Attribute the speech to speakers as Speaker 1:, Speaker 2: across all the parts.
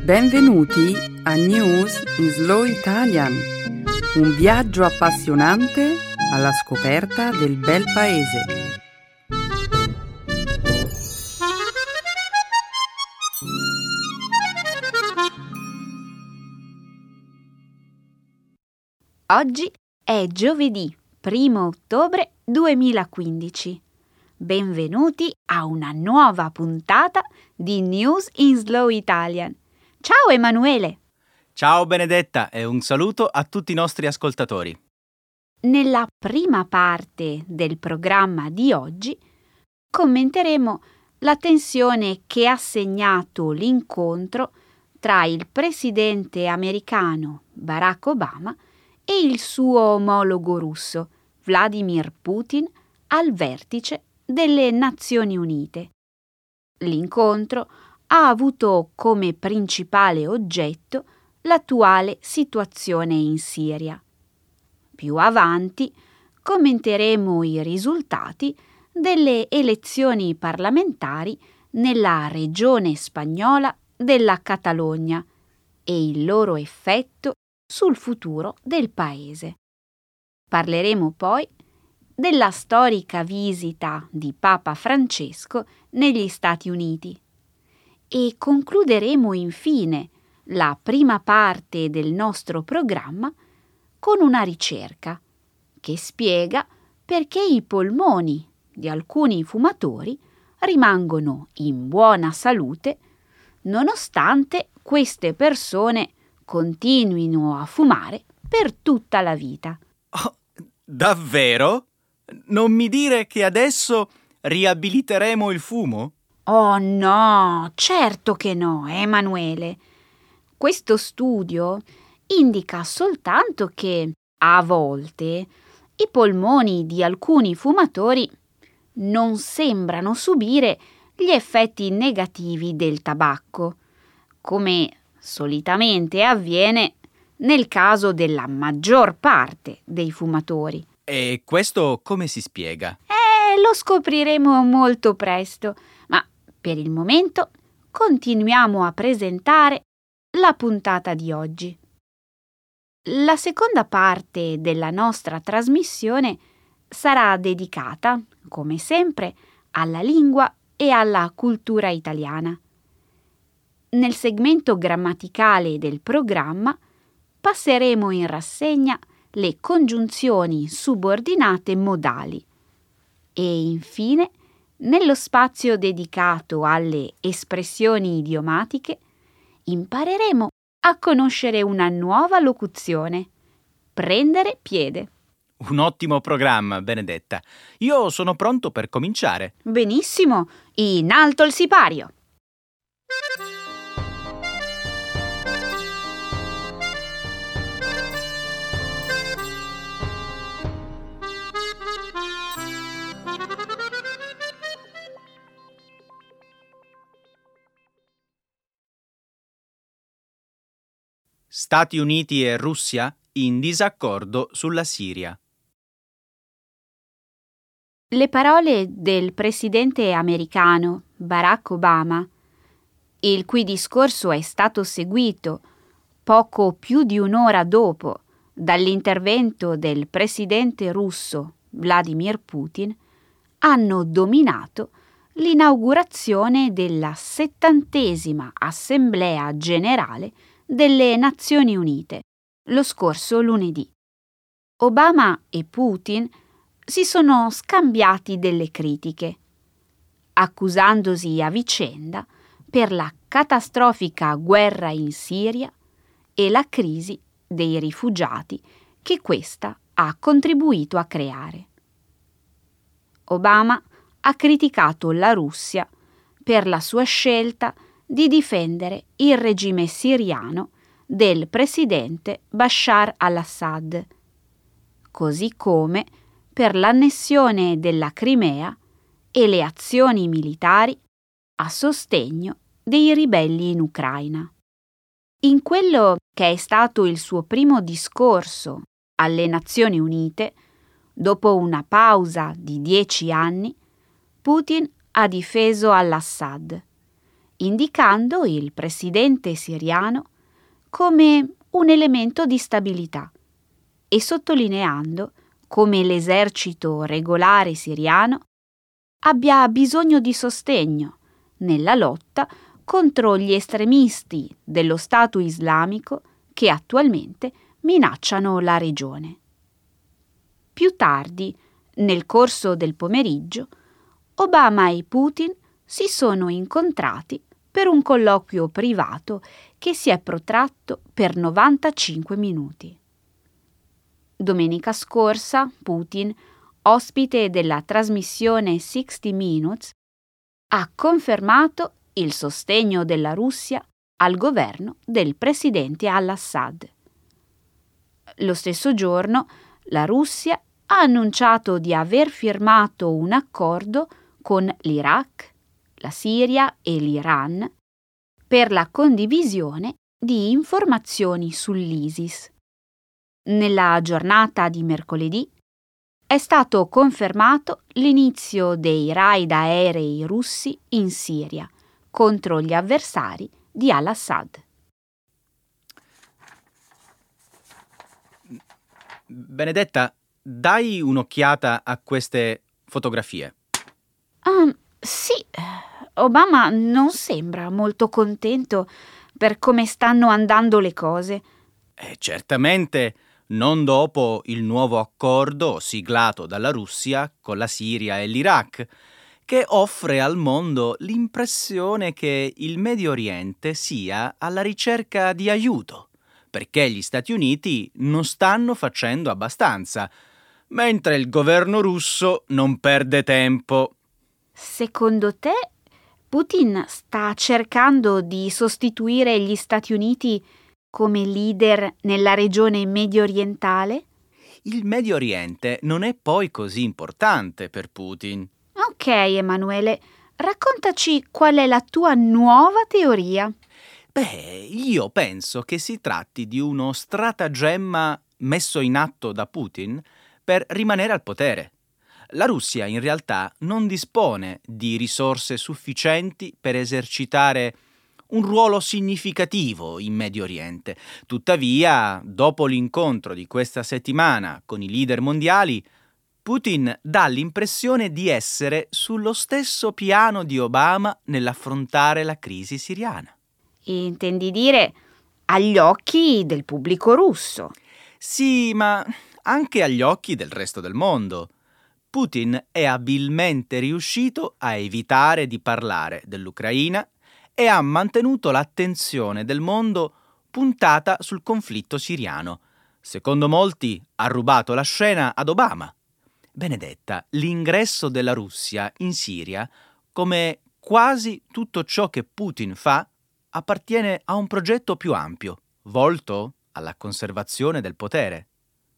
Speaker 1: Benvenuti a News in Slow Italian, un viaggio appassionante alla scoperta del bel paese.
Speaker 2: Oggi è giovedì 1 ottobre 2015. Benvenuti a una nuova puntata di News in Slow Italian. Ciao Emanuele!
Speaker 3: Ciao Benedetta e un saluto a tutti i nostri ascoltatori.
Speaker 2: Nella prima parte del programma di oggi commenteremo la tensione che ha segnato l'incontro tra il presidente americano Barack Obama e il suo omologo russo Vladimir Putin al vertice delle Nazioni Unite. L'incontro ha avuto come principale oggetto l'attuale situazione in Siria. Più avanti commenteremo i risultati delle elezioni parlamentari nella regione spagnola della Catalogna e il loro effetto sul futuro del paese. Parleremo poi della storica visita di Papa Francesco negli Stati Uniti e concluderemo infine la prima parte del nostro programma con una ricerca che spiega perché i polmoni di alcuni fumatori rimangono in buona salute nonostante queste persone continuino a fumare per tutta la vita.
Speaker 3: Oh, davvero? Non mi dire che adesso riabiliteremo il fumo?
Speaker 2: Oh no, certo che no, Emanuele. Questo studio indica soltanto che, a volte, i polmoni di alcuni fumatori non sembrano subire gli effetti negativi del tabacco, come solitamente avviene nel caso della maggior parte dei fumatori.
Speaker 3: E questo come si spiega?
Speaker 2: Lo scopriremo molto presto, ma per il momento continuiamo a presentare la puntata di oggi. La seconda parte della nostra trasmissione sarà dedicata, come sempre, alla lingua e alla cultura italiana. Nel segmento grammaticale del programma passeremo in rassegna le congiunzioni subordinate modali e infine, nello spazio dedicato alle espressioni idiomatiche, impareremo a conoscere una nuova locuzione: prendere piede.
Speaker 3: Un ottimo programma, Benedetta. Io sono pronto per cominciare.
Speaker 2: Benissimo, in alto il sipario!
Speaker 3: Stati Uniti e Russia in disaccordo sulla Siria.
Speaker 2: Le parole del presidente americano Barack Obama, il cui discorso è stato seguito poco più di un'ora dopo dall'intervento del presidente russo Vladimir Putin, hanno dominato l'inaugurazione della 70ª Assemblea Generale delle Nazioni Unite, lo scorso lunedì. Obama e Putin si sono scambiati delle critiche, accusandosi a vicenda per la catastrofica guerra in Siria e la crisi dei rifugiati che questa ha contribuito a creare. Obama ha criticato la Russia per la sua scelta di difendere il regime siriano del presidente Bashar al-Assad, così come per l'annessione della Crimea e le azioni militari a sostegno dei ribelli in Ucraina. In quello che è stato il suo primo discorso alle Nazioni Unite, dopo una pausa di 10 anni, Putin ha difeso al-Assad indicando il presidente siriano come un elemento di stabilità e sottolineando come l'esercito regolare siriano abbia bisogno di sostegno nella lotta contro gli estremisti dello Stato islamico che attualmente minacciano la regione. Più tardi, nel corso del pomeriggio, Obama e Putin si sono incontrati per un colloquio privato che si è protratto per 95 minuti. Domenica scorsa, Putin, ospite della trasmissione 60 Minutes, ha confermato il sostegno della Russia al governo del presidente al-Assad. Lo stesso giorno, la Russia ha annunciato di aver firmato un accordo con l'Iraq, la Siria e l'Iran per la condivisione di informazioni sull'ISIS. Nella giornata di mercoledì è stato confermato l'inizio dei raid aerei russi in Siria contro gli avversari di al-Assad.
Speaker 3: Benedetta, dai un'occhiata a queste fotografie.
Speaker 2: Sì, Obama non sembra molto contento per come stanno andando le cose.
Speaker 3: Certamente non dopo il nuovo accordo siglato dalla Russia con la Siria e l'Iraq, che offre al mondo l'impressione che il Medio Oriente sia alla ricerca di aiuto, perché gli Stati Uniti non stanno facendo abbastanza, mentre il governo russo non perde tempo.
Speaker 2: Secondo te, Putin sta cercando di sostituire gli Stati Uniti come leader nella regione mediorientale?
Speaker 3: Il Medio Oriente non è poi così importante per Putin.
Speaker 2: Ok, Emanuele, raccontaci qual è la tua nuova teoria.
Speaker 3: Io penso che si tratti di uno stratagemma messo in atto da Putin per rimanere al potere. La Russia in realtà non dispone di risorse sufficienti per esercitare un ruolo significativo in Medio Oriente. Tuttavia, dopo l'incontro di questa settimana con i leader mondiali, Putin dà l'impressione di essere sullo stesso piano di Obama nell'affrontare la crisi siriana.
Speaker 2: Intendi dire agli occhi del pubblico russo?
Speaker 3: Sì, ma anche agli occhi del resto del mondo. Putin è abilmente riuscito a evitare di parlare dell'Ucraina e ha mantenuto l'attenzione del mondo puntata sul conflitto siriano. Secondo molti ha rubato la scena ad Obama. Benedetta, l'ingresso della Russia in Siria, come quasi tutto ciò che Putin fa, appartiene a un progetto più ampio, volto alla conservazione del potere.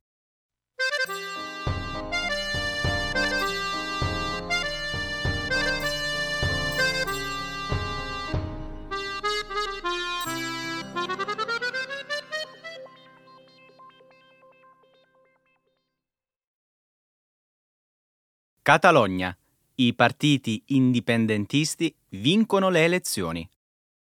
Speaker 3: Catalogna. I partiti indipendentisti vincono le elezioni.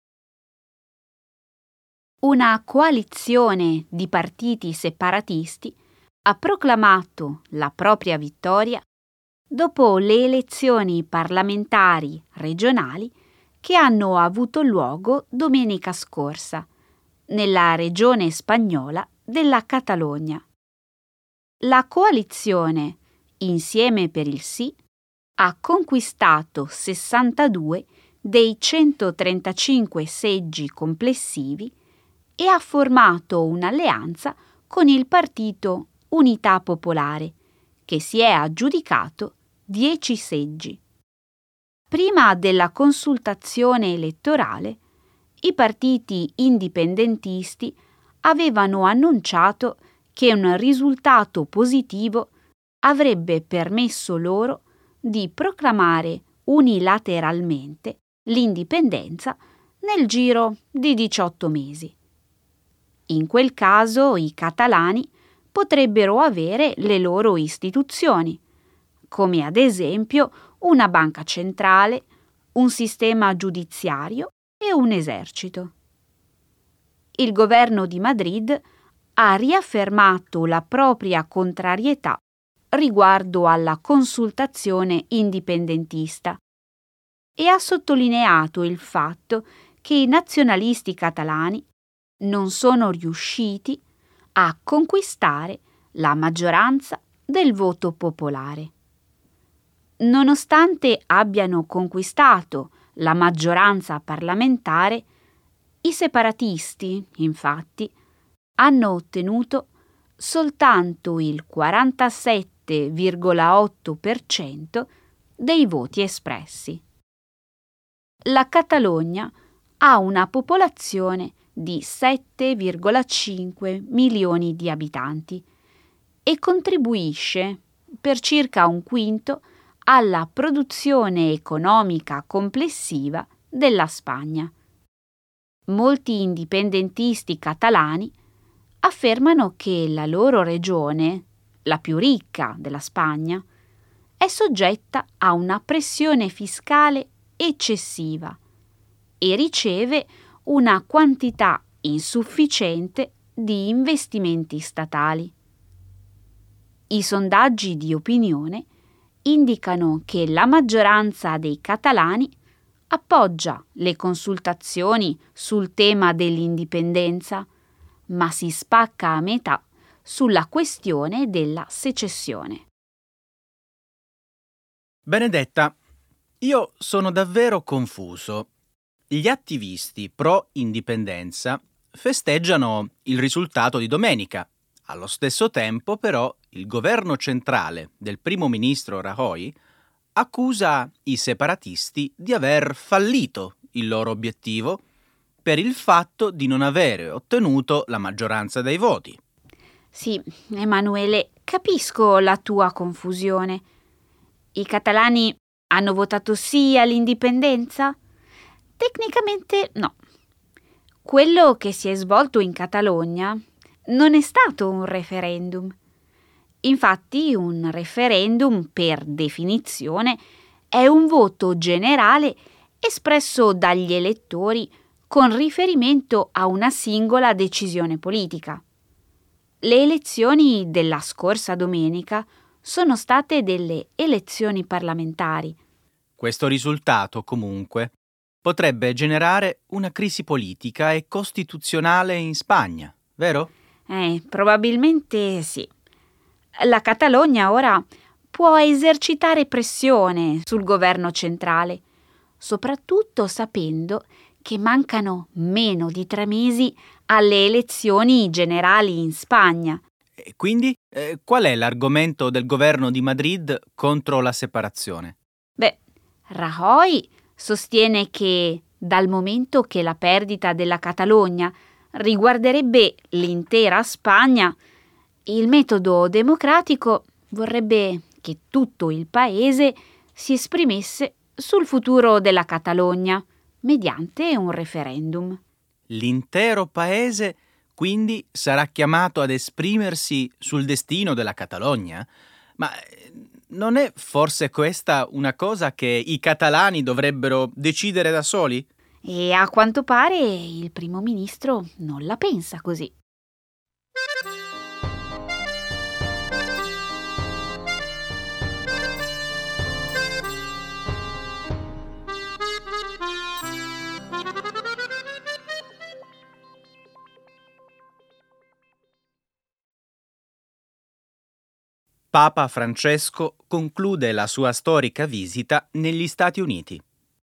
Speaker 2: Una coalizione di partiti separatisti ha proclamato la propria vittoria dopo le elezioni parlamentari regionali che hanno avuto luogo domenica scorsa nella regione spagnola della Catalogna. La coalizione Insieme per il Sì ha conquistato 62 dei 135 seggi complessivi e ha formato un'alleanza con il partito Unità Popolare, che si è aggiudicato 10 seggi. Prima della consultazione elettorale, i partiti indipendentisti avevano annunciato che un risultato positivo avrebbe permesso loro di proclamare unilateralmente l'indipendenza nel giro di 18 mesi. In quel caso i catalani potrebbero avere le loro istituzioni, come ad esempio una banca centrale, un sistema giudiziario e un esercito. Il governo di Madrid ha riaffermato la propria contrarietà riguardo alla consultazione indipendentista e ha sottolineato il fatto che i nazionalisti catalani non sono riusciti a conquistare la maggioranza del voto popolare. Nonostante abbiano conquistato la maggioranza parlamentare, i separatisti, infatti, hanno ottenuto soltanto il 47,8% dei voti espressi. La Catalogna ha una popolazione di 7,5 milioni di abitanti e contribuisce per circa un quinto alla produzione economica complessiva della Spagna. Molti indipendentisti catalani affermano che la loro regione, la più ricca della Spagna, è soggetta a una pressione fiscale eccessiva e riceve una quantità insufficiente di investimenti statali. I sondaggi di opinione indicano che la maggioranza dei catalani appoggia le consultazioni sul tema dell'indipendenza, ma si spacca a metà sulla questione della secessione.
Speaker 3: Benedetta, io sono davvero confuso. Gli attivisti pro-indipendenza festeggiano il risultato di domenica. Allo stesso tempo, però, il governo centrale del primo ministro Rajoy accusa i separatisti di aver fallito il loro obiettivo per il fatto di non avere ottenuto la maggioranza dei voti.
Speaker 2: Sì, Emanuele, capisco la tua confusione. I catalani hanno votato sì all'indipendenza? Tecnicamente no. Quello che si è svolto in Catalogna non è stato un referendum. Infatti, un referendum, per definizione, è un voto generale espresso dagli elettori con riferimento a una singola decisione politica. Le elezioni della scorsa domenica sono state delle elezioni parlamentari.
Speaker 3: Questo risultato, comunque, potrebbe generare una crisi politica e costituzionale in Spagna, vero?
Speaker 2: Probabilmente sì. La Catalogna ora può esercitare pressione sul governo centrale, soprattutto sapendo che mancano meno di 3 mesi alle elezioni generali in Spagna.
Speaker 3: E quindi, qual è l'argomento del governo di Madrid contro la separazione?
Speaker 2: Rajoy sostiene che, dal momento che la perdita della Catalogna riguarderebbe l'intera Spagna, il metodo democratico vorrebbe che tutto il paese si esprimesse sul futuro della Catalogna mediante un referendum.
Speaker 3: L'intero paese quindi sarà chiamato ad esprimersi sul destino della Catalogna? Ma non è forse questa una cosa che i catalani dovrebbero decidere da soli?
Speaker 2: E a quanto pare il primo ministro non la pensa così.
Speaker 3: Papa Francesco conclude la sua storica visita negli Stati Uniti.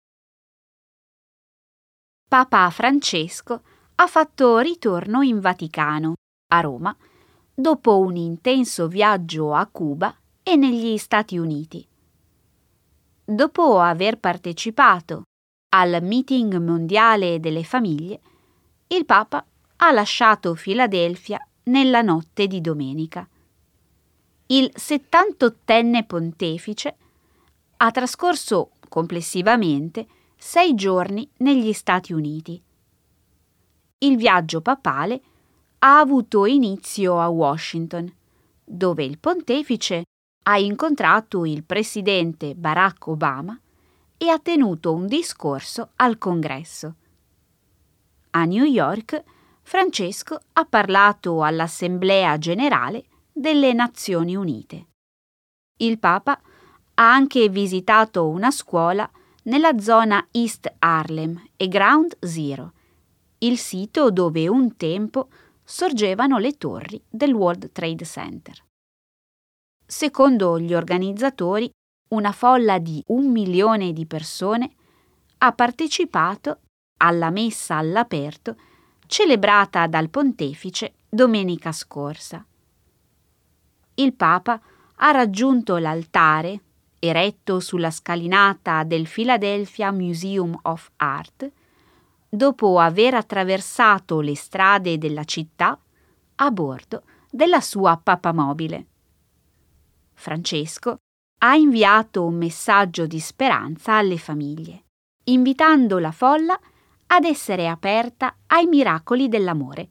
Speaker 2: Papa Francesco ha fatto ritorno in Vaticano, a Roma, dopo un intenso viaggio a Cuba e negli Stati Uniti. Dopo aver partecipato al meeting mondiale delle famiglie, il Papa ha lasciato Filadelfia nella notte di domenica. Il 78enne pontefice ha trascorso complessivamente 6 giorni negli Stati Uniti. Il viaggio papale ha avuto inizio a Washington, dove il pontefice ha incontrato il presidente Barack Obama e ha tenuto un discorso al Congresso. A New York, Francesco ha parlato all'Assemblea Generale delle Nazioni Unite. Il Papa ha anche visitato una scuola nella zona East Harlem e Ground Zero, il sito dove un tempo sorgevano le torri del World Trade Center. Secondo gli organizzatori, una folla di 1 milione di persone ha partecipato alla messa all'aperto celebrata dal pontefice domenica scorsa. Il Papa ha raggiunto l'altare, eretto sulla scalinata del Philadelphia Museum of Art, dopo aver attraversato le strade della città a bordo della sua papamobile. Francesco ha inviato un messaggio di speranza alle famiglie, invitando la folla ad essere aperta ai miracoli dell'amore.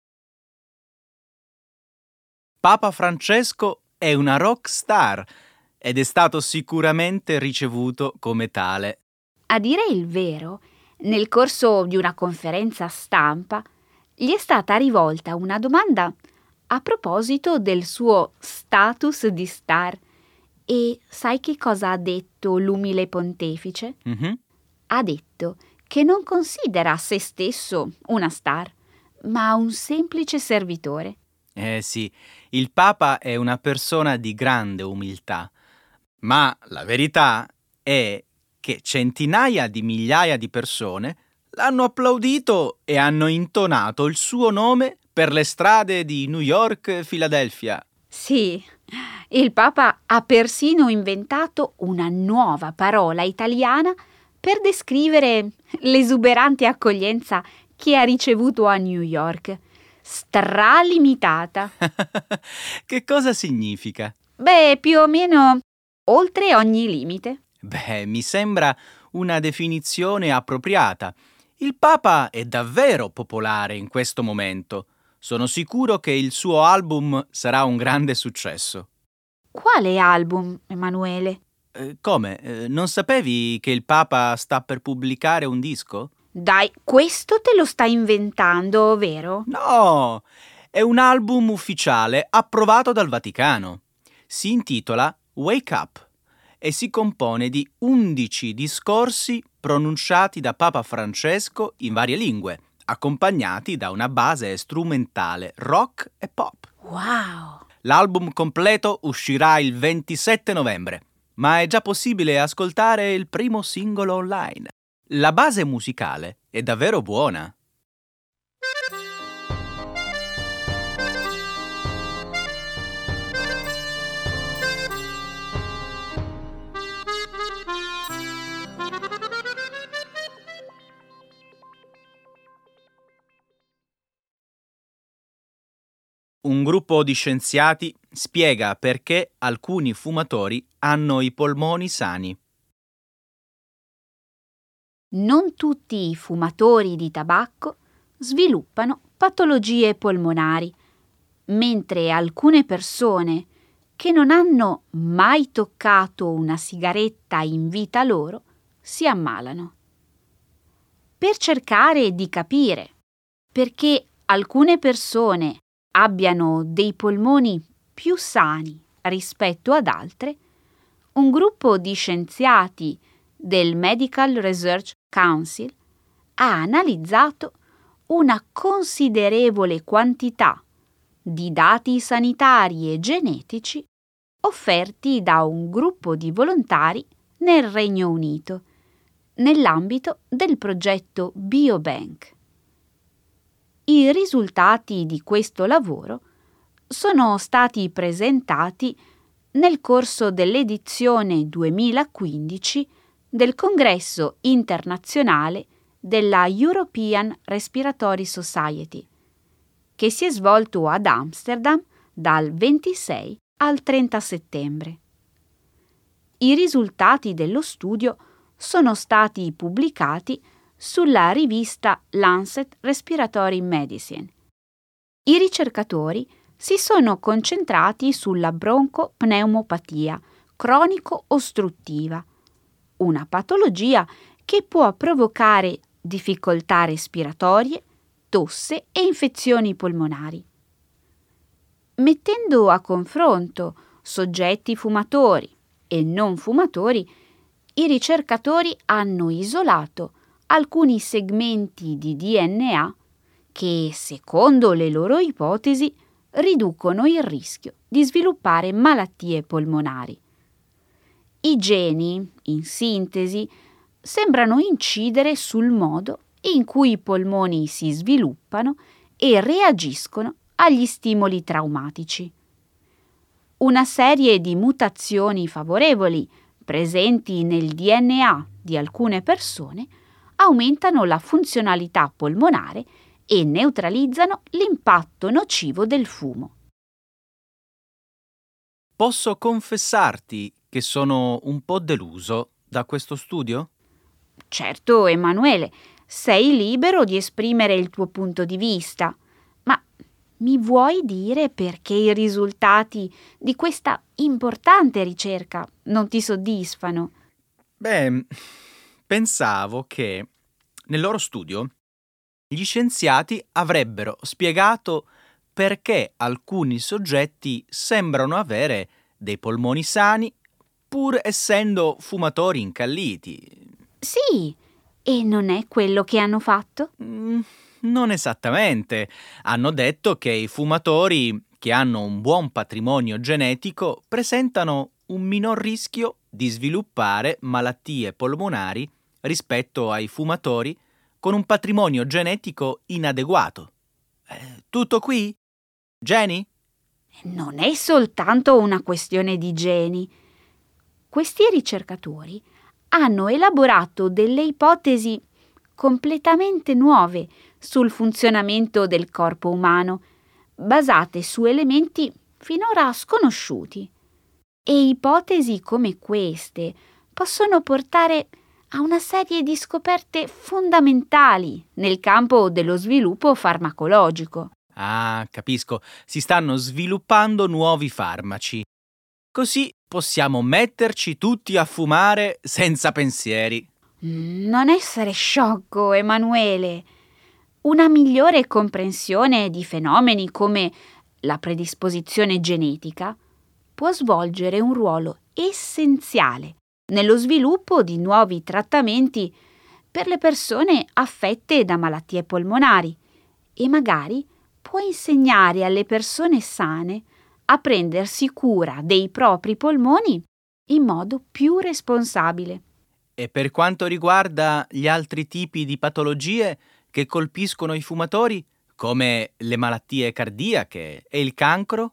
Speaker 3: Papa Francesco è una rock star ed è stato sicuramente ricevuto come tale.
Speaker 2: A dire il vero, nel corso di una conferenza stampa gli è stata rivolta una domanda a proposito del suo status di star. E sai che cosa ha detto l'umile pontefice? Ha detto che non considera se stesso una star, ma un semplice servitore.
Speaker 3: Sì, il Papa è una persona di grande umiltà, ma la verità è che centinaia di migliaia di persone l'hanno applaudito e hanno intonato il suo nome per le strade di New York e Filadelfia.
Speaker 2: Sì, il Papa ha persino inventato una nuova parola italiana per descrivere l'esuberante accoglienza che ha ricevuto a New York. Stralimitata.
Speaker 3: Che cosa significa?
Speaker 2: Beh, più o meno oltre ogni limite.
Speaker 3: Mi sembra una definizione appropriata. Il Papa è davvero popolare in questo momento. Sono sicuro che il suo album sarà un grande successo.
Speaker 2: Quale album, Emanuele?
Speaker 3: Come? Non sapevi che il Papa sta per pubblicare un disco?
Speaker 2: Dai, questo te lo stai inventando, vero?
Speaker 3: No, è un album ufficiale approvato dal Vaticano. Si intitola Wake Up e si compone di 11 discorsi pronunciati da Papa Francesco in varie lingue, accompagnati da una base strumentale rock e pop.
Speaker 2: Wow!
Speaker 3: L'album completo uscirà il 27 novembre, ma è già possibile ascoltare il primo singolo online. La base musicale è davvero buona. Un gruppo di scienziati spiega perché alcuni fumatori hanno i polmoni sani.
Speaker 2: Non tutti i fumatori di tabacco sviluppano patologie polmonari, mentre alcune persone che non hanno mai toccato una sigaretta in vita loro si ammalano. Per cercare di capire perché alcune persone abbiano dei polmoni più sani rispetto ad altre, un gruppo di scienziati del Medical Research Council ha analizzato una considerevole quantità di dati sanitari e genetici offerti da un gruppo di volontari nel Regno Unito, nell'ambito del progetto Biobank. I risultati di questo lavoro sono stati presentati nel corso dell'edizione 2015 del Congresso internazionale della European Respiratory Society, che si è svolto ad Amsterdam dal 26 al 30 settembre. I risultati dello studio sono stati pubblicati sulla rivista Lancet Respiratory Medicine. I ricercatori si sono concentrati sulla broncopneumopatia cronico-ostruttiva, una patologia che può provocare difficoltà respiratorie, tosse e infezioni polmonari. Mettendo a confronto soggetti fumatori e non fumatori, i ricercatori hanno isolato alcuni segmenti di DNA che, secondo le loro ipotesi, riducono il rischio di sviluppare malattie polmonari. I geni, in sintesi, sembrano incidere sul modo in cui i polmoni si sviluppano e reagiscono agli stimoli traumatici. Una serie di mutazioni favorevoli presenti nel DNA di alcune persone aumentano la funzionalità polmonare e neutralizzano l'impatto nocivo del fumo.
Speaker 3: Posso confessarti che sono un po' deluso da questo studio?
Speaker 2: Certo, Emanuele, sei libero di esprimere il tuo punto di vista, ma mi vuoi dire perché i risultati di questa importante ricerca non ti soddisfano?
Speaker 3: Beh, pensavo che nel loro studio gli scienziati avrebbero spiegato perché alcuni soggetti sembrano avere dei polmoni sani pur essendo fumatori incalliti.
Speaker 2: Sì, e non è quello che hanno fatto?
Speaker 3: Non esattamente. Hanno detto che i fumatori che hanno un buon patrimonio genetico presentano un minor rischio di sviluppare malattie polmonari rispetto ai fumatori con un patrimonio genetico inadeguato. Tutto qui? Jenny?
Speaker 2: Non è soltanto una questione di geni. Questi ricercatori hanno elaborato delle ipotesi completamente nuove sul funzionamento del corpo umano, basate su elementi finora sconosciuti. E ipotesi come queste possono portare a una serie di scoperte fondamentali nel campo dello sviluppo farmacologico.
Speaker 3: Ah, capisco. Si stanno sviluppando nuovi farmaci. Così possiamo metterci tutti a fumare senza pensieri.
Speaker 2: Non essere sciocco, Emanuele. Una migliore comprensione di fenomeni come la predisposizione genetica può svolgere un ruolo essenziale nello sviluppo di nuovi trattamenti per le persone affette da malattie polmonari e magari può insegnare alle persone sane a prendersi cura dei propri polmoni in modo più responsabile.
Speaker 3: E per quanto riguarda gli altri tipi di patologie che colpiscono i fumatori, come le malattie cardiache e il cancro?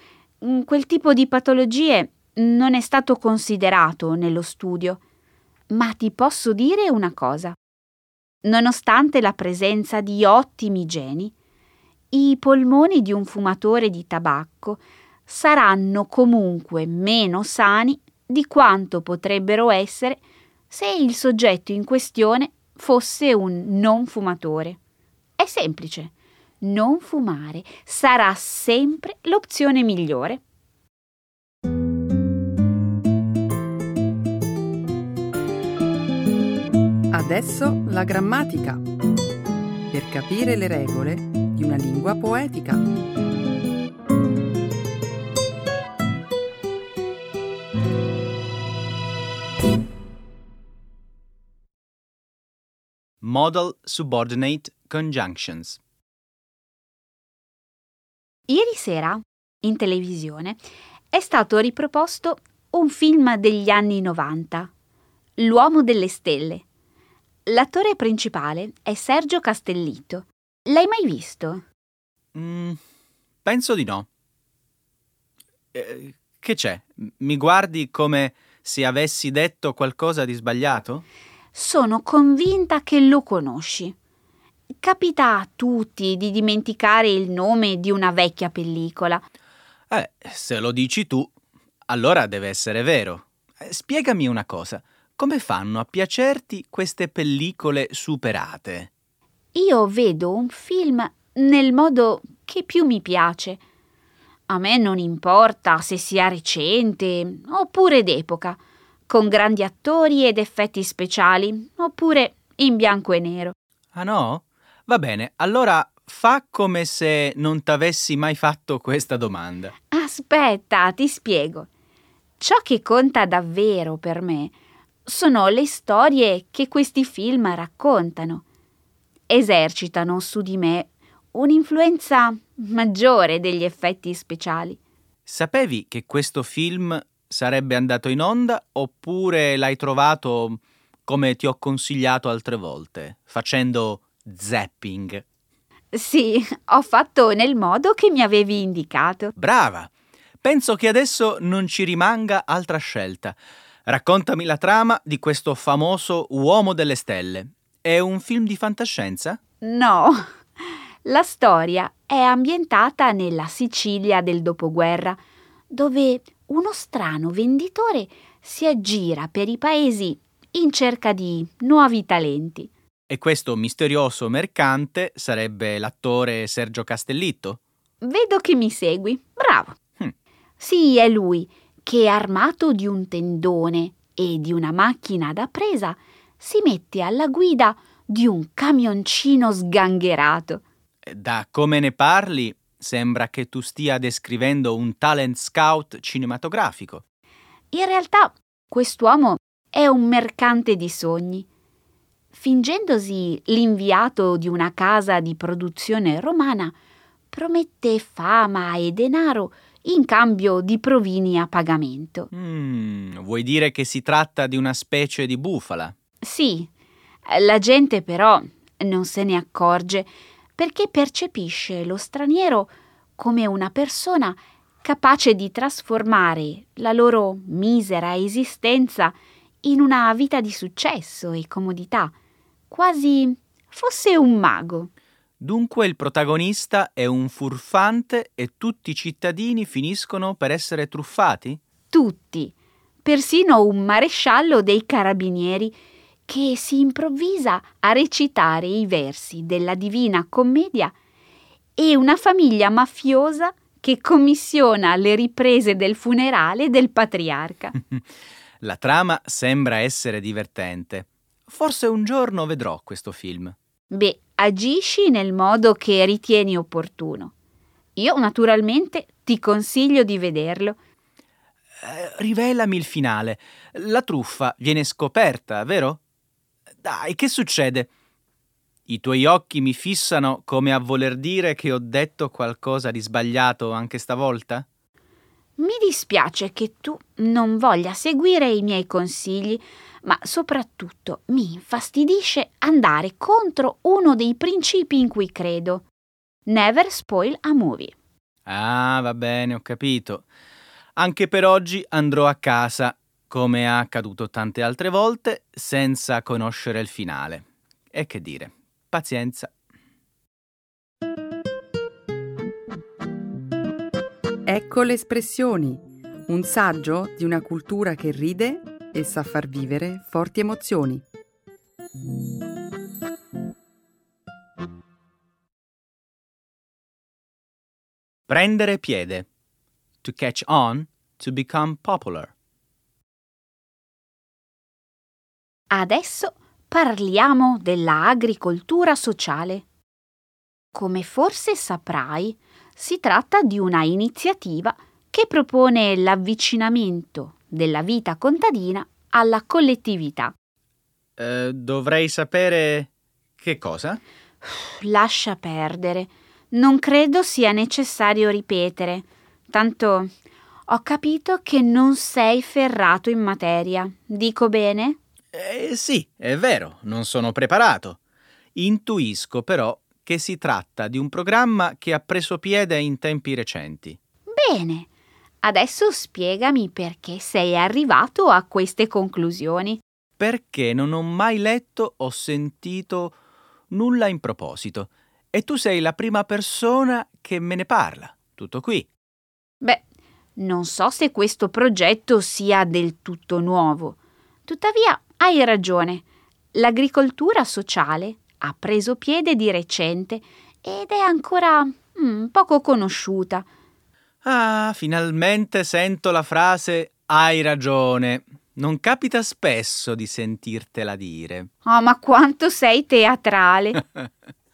Speaker 2: Quel tipo di patologie non è stato considerato nello studio, ma ti posso dire una cosa. Nonostante la presenza di ottimi geni, i polmoni di un fumatore di tabacco saranno comunque meno sani di quanto potrebbero essere se il soggetto in questione fosse un non fumatore. È semplice. Non fumare sarà sempre l'opzione migliore.
Speaker 1: Adesso la grammatica, per capire le regole di una lingua poetica.
Speaker 3: Modal Subordinate Conjunctions.
Speaker 2: Ieri sera, in televisione, è stato riproposto un film degli anni 90, L'uomo delle stelle. L'attore principale è Sergio Castellitto. L'hai mai visto?
Speaker 3: Penso di no. Che c'è? Mi guardi come se avessi detto qualcosa di sbagliato?
Speaker 2: Sono convinta che lo conosci. Capita a tutti di dimenticare il nome di una vecchia pellicola.
Speaker 3: Se lo dici tu, allora deve essere vero. Spiegami una cosa. Come fanno a piacerti queste pellicole superate?
Speaker 2: Io vedo un film nel modo che più mi piace. A me non importa se sia recente oppure d'epoca, con grandi attori ed effetti speciali, oppure in bianco e nero.
Speaker 3: Ah no? Va bene, allora fa come se non t'avessi mai fatto questa domanda.
Speaker 2: Aspetta, ti spiego. Ciò che conta davvero per me sono le storie che questi film raccontano. Esercitano su di me un'influenza maggiore degli effetti speciali.
Speaker 3: Sapevi che questo film sarebbe andato in onda oppure l'hai trovato come ti ho consigliato altre volte, facendo zapping?
Speaker 2: Sì, ho fatto nel modo che mi avevi indicato.
Speaker 3: Brava! Penso che adesso non ci rimanga altra scelta. Raccontami la trama di questo famoso Uomo delle Stelle. È un film di fantascienza?
Speaker 2: No, la storia è ambientata nella Sicilia del dopoguerra, dove uno strano venditore si aggira per i paesi in cerca di nuovi talenti.
Speaker 3: E questo misterioso mercante sarebbe l'attore Sergio Castellitto?
Speaker 2: Vedo che mi segui. Bravo. Sì, è lui che, armato di un tendone e di una macchina da presa, si mette alla guida di un camioncino sgangherato.
Speaker 3: Da come ne parli, sembra che tu stia descrivendo un talent scout cinematografico.
Speaker 2: In realtà, quest'uomo è un mercante di sogni. Fingendosi l'inviato di una casa di produzione romana, promette fama e denaro in cambio di provini a pagamento.
Speaker 3: Vuoi dire che si tratta di una specie di bufala?
Speaker 2: Sì, la gente però non se ne accorge perché percepisce lo straniero come una persona capace di trasformare la loro misera esistenza in una vita di successo e comodità, quasi fosse un mago.
Speaker 3: Dunque il protagonista è un furfante e tutti i cittadini finiscono per essere truffati?
Speaker 2: Tutti, persino un maresciallo dei carabinieri che si improvvisa a recitare i versi della Divina Commedia e una famiglia mafiosa che commissiona le riprese del funerale del patriarca.
Speaker 3: La trama sembra essere divertente. Forse un giorno vedrò questo film.
Speaker 2: Beh, agisci nel modo che ritieni opportuno. Io naturalmente ti consiglio di vederlo.
Speaker 3: Rivelami il finale. La truffa viene scoperta, vero? Dai, che succede? I tuoi occhi mi fissano come a voler dire che ho detto qualcosa di sbagliato anche stavolta?
Speaker 2: Mi dispiace che tu non voglia seguire i miei consigli, ma soprattutto mi infastidisce andare contro uno dei principi in cui credo. Never spoil a movie.
Speaker 3: Ah, va bene, ho capito. Anche per oggi andrò a casa, come è accaduto tante altre volte, senza conoscere il finale. E che dire, pazienza.
Speaker 1: Ecco le espressioni, un saggio di una cultura che ride e sa far vivere forti emozioni.
Speaker 3: Prendere piede. To catch on, to become popular.
Speaker 2: Adesso parliamo della agricoltura sociale. Come forse saprai, si tratta di una iniziativa che propone l'avvicinamento della vita contadina alla collettività.
Speaker 3: Dovrei sapere che cosa?
Speaker 2: Lascia perdere, non credo sia necessario ripetere, tanto ho capito che non sei ferrato in materia, dico bene?
Speaker 3: Sì, è vero, non sono preparato. Intuisco però che si tratta di un programma che ha preso piede in tempi recenti.
Speaker 2: Bene, adesso spiegami perché sei arrivato a queste conclusioni.
Speaker 3: Perché non ho mai letto o sentito nulla in proposito. E tu sei la prima persona che me ne parla. Tutto qui.
Speaker 2: Beh, non so se questo progetto sia del tutto nuovo. Tuttavia, hai ragione. L'agricoltura sociale ha preso piede di recente ed è ancora poco conosciuta.
Speaker 3: Ah, finalmente sento la frase "hai ragione". Non capita spesso di sentirtela dire.
Speaker 2: Oh, ma quanto sei teatrale!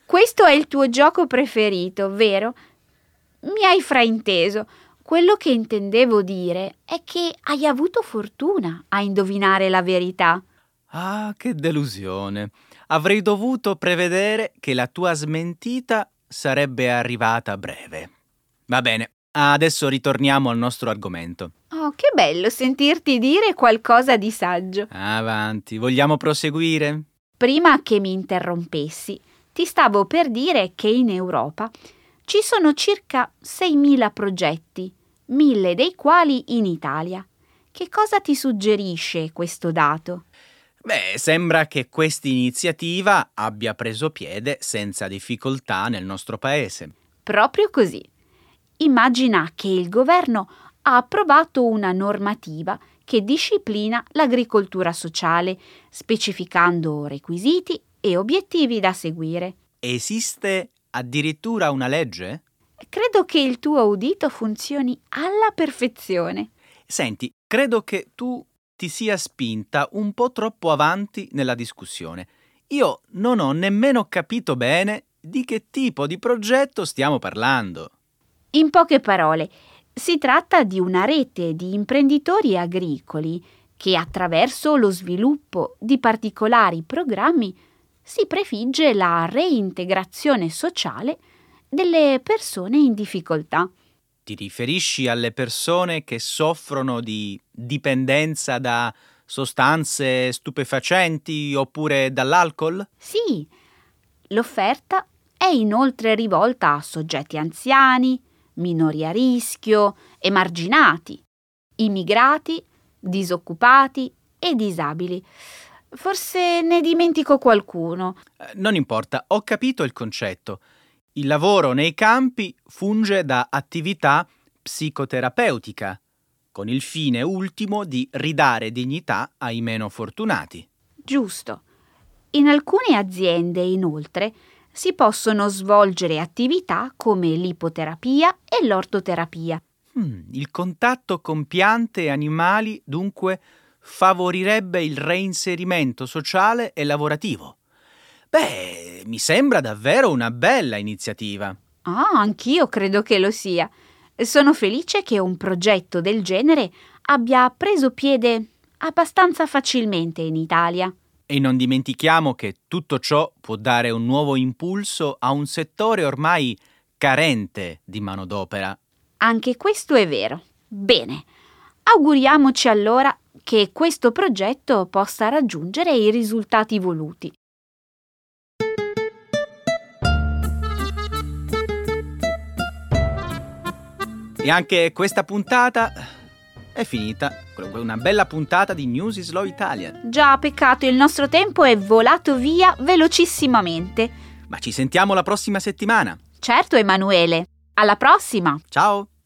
Speaker 2: Questo è il tuo gioco preferito, vero? Mi hai frainteso. Quello che intendevo dire è che hai avuto fortuna a indovinare la verità.
Speaker 3: Ah, che delusione. Avrei dovuto prevedere che la tua smentita sarebbe arrivata a breve. Va bene, adesso ritorniamo al nostro argomento.
Speaker 2: Oh, che bello sentirti dire qualcosa di saggio.
Speaker 3: Avanti, vogliamo proseguire?
Speaker 2: Prima che mi interrompessi, ti stavo per dire che in Europa ci sono circa 6.000 progetti, 1.000 dei quali in Italia. Che cosa ti suggerisce questo dato?
Speaker 3: Beh, sembra che questa iniziativa abbia preso piede senza difficoltà nel nostro paese.
Speaker 2: Proprio così. Immagina che il governo ha approvato una normativa che disciplina l'agricoltura sociale, specificando requisiti e obiettivi da seguire.
Speaker 3: Esiste addirittura una legge?
Speaker 2: Credo che il tuo udito funzioni alla perfezione.
Speaker 3: Senti, credo che tu ti sia spinta un po' troppo avanti nella discussione. Io non ho nemmeno capito bene di che tipo di progetto stiamo parlando.
Speaker 2: In poche parole, si tratta di una rete di imprenditori agricoli che attraverso lo sviluppo di particolari programmi si prefigge la reintegrazione sociale delle persone in difficoltà.
Speaker 3: Ti riferisci alle persone che soffrono di dipendenza da sostanze stupefacenti oppure dall'alcol?
Speaker 2: Sì, l'offerta è inoltre rivolta a soggetti anziani, minori a rischio, emarginati, immigrati, disoccupati e disabili. Forse ne dimentico qualcuno.
Speaker 3: Non importa, ho capito il concetto. Il lavoro nei campi funge da attività psicoterapeutica, con il fine ultimo di ridare dignità ai meno fortunati.
Speaker 2: Giusto. In alcune aziende, inoltre, si possono svolgere attività come l'ipoterapia e l'ortoterapia.
Speaker 3: Il contatto con piante e animali, dunque, favorirebbe il reinserimento sociale e lavorativo. Beh, mi sembra davvero una bella iniziativa.
Speaker 2: Ah, anch'io credo che lo sia. Sono felice che un progetto del genere abbia preso piede abbastanza facilmente in Italia.
Speaker 3: E non dimentichiamo che tutto ciò può dare un nuovo impulso a un settore ormai carente di manodopera.
Speaker 2: Anche questo è vero. Bene, auguriamoci allora che questo progetto possa raggiungere i risultati voluti.
Speaker 3: E anche questa puntata è finita. Una bella puntata di News is Slow Italian.
Speaker 2: Già, peccato, il nostro tempo è volato via velocissimamente.
Speaker 3: Ma ci sentiamo la prossima settimana.
Speaker 2: Certo, Emanuele. Alla prossima!
Speaker 3: Ciao!